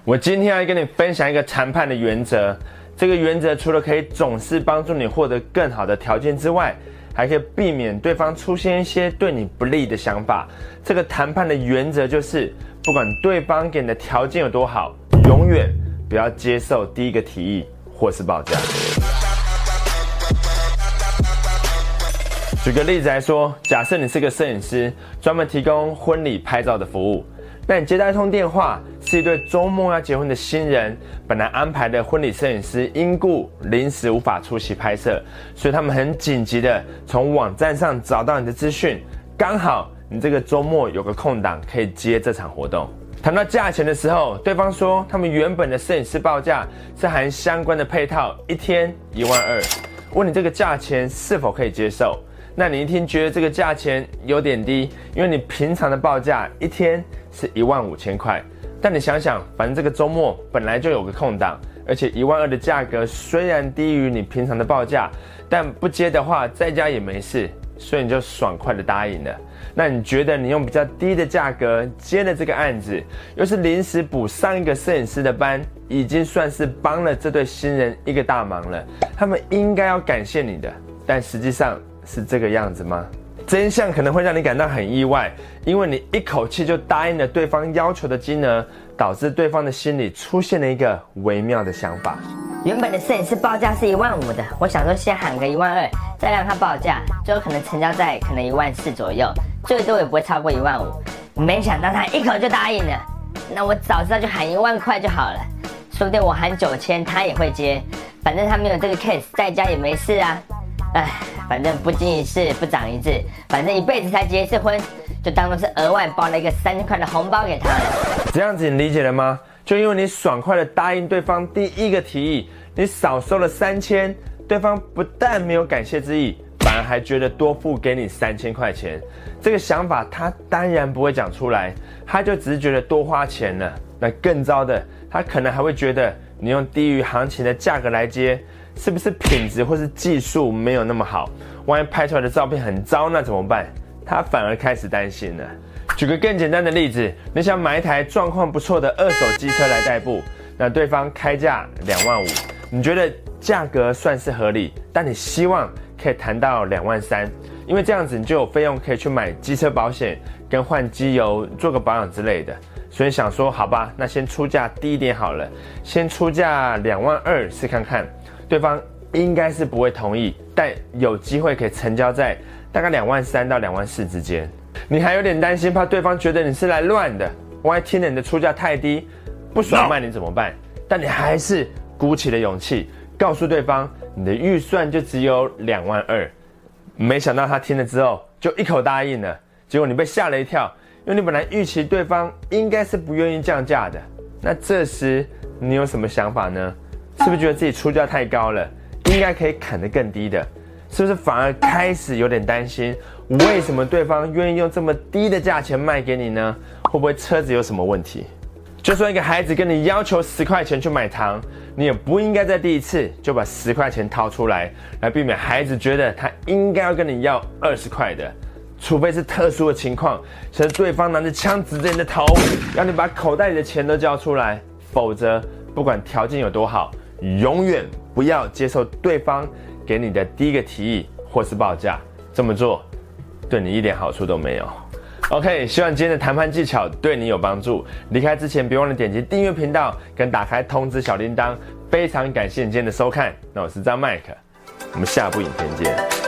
我今天要跟你分享一个谈判的原则。这个原则除了可以总是帮助你获得更好的条件之外，还可以避免对方出现一些对你不利的想法。这个谈判的原则就是，不管对方给你的条件有多好，永远不要接受第一个提议或是报价。举个例子来说，假设你是个摄影师，专门提供婚礼拍照的服务。那你接到一通电话，是一对周末要结婚的新人，本来安排的婚礼摄影师因故临时无法出席拍摄，所以他们很紧急的从网站上找到你的资讯，刚好你这个周末有个空档可以接这场活动。谈到价钱的时候，对方说他们原本的摄影师报价是含相关的配套，一天12000，问你这个价钱是否可以接受？那你一听觉得这个价钱有点低，因为你平常的报价一天是15000块，但你想想，反正这个周末本来就有个空档，而且12000的价格虽然低于你平常的报价，但不接的话在家也没事，所以你就爽快的答应了。那你觉得你用比较低的价格接了这个案子，又是临时补上一个摄影师的班，已经算是帮了这对新人一个大忙了，他们应该要感谢你的，但实际上是这个样子吗？真相可能会让你感到很意外，因为你一口气就答应了对方要求的金额，导致对方的心里出现了一个微妙的想法。 原本的摄影师报价是15000的，我想说先喊个12000，再让他报价，最后可能成交在可能14000左右，最多也不会超过15000。没想到他一口就答应了，那我早知道就喊10000块就好了，说不定我喊9000他也会接，反正他没有这个 case， 在家也没事啊。反正不经一事不长一智，反正一辈子才结一次婚，就当作是额外包了一个3000块的红包给他了。 这样子你理解了吗？就因为你爽快的答应对方第一个提议，你少收了3000，对方不但没有感谢之意，反而还觉得多付给你3000块钱。这个想法他当然不会讲出来，他就只是觉得多花钱了。那更糟的，他可能还会觉得你用低于行情的价格来接，是不是品质或是技术没有那么好？万一拍出来的照片很糟，那怎么办？他反而开始担心了。举个更简单的例子，你想买一台状况不错的二手机车来代步，那对方开价25000，你觉得价格算是合理，但你希望可以谈到23000，因为这样子你就有费用可以去买机车保险跟换机油，做个保养之类的。所以想说，好吧，那先出价低一点好了，先出价22000试看看。对方应该是不会同意，但有机会可以成交在大概23000到24000之间。你还有点担心，怕对方觉得你是来乱的，万一听了你的出价太低，不爽卖你怎么办？但你还是鼓起了勇气，告诉对方你的预算就只有22000。没想到他听了之后就一口答应了，结果你被吓了一跳，因为你本来预期对方应该是不愿意降价的。那这时你有什么想法呢？是不是觉得自己出价太高了，应该可以砍得更低的？是不是反而开始有点担心，为什么对方愿意用这么低的价钱卖给你呢？会不会车子有什么问题？就算一个孩子跟你要求10块钱去买糖，你也不应该在第一次就把10块钱掏出来，来避免孩子觉得他应该要跟你要20块的。除非是特殊的情况，像是对方拿着枪指着你的头，要你把口袋里的钱都交出来，否则不管条件有多好，永远不要接受对方给你的第一个提议或是报价，这么做对你一点好处都没有。OK， 希望今天的谈判技巧对你有帮助。离开之前别忘了点击订阅频道跟打开通知小铃铛。非常感谢你今天的收看，那我是张麦克，我们下部影片见。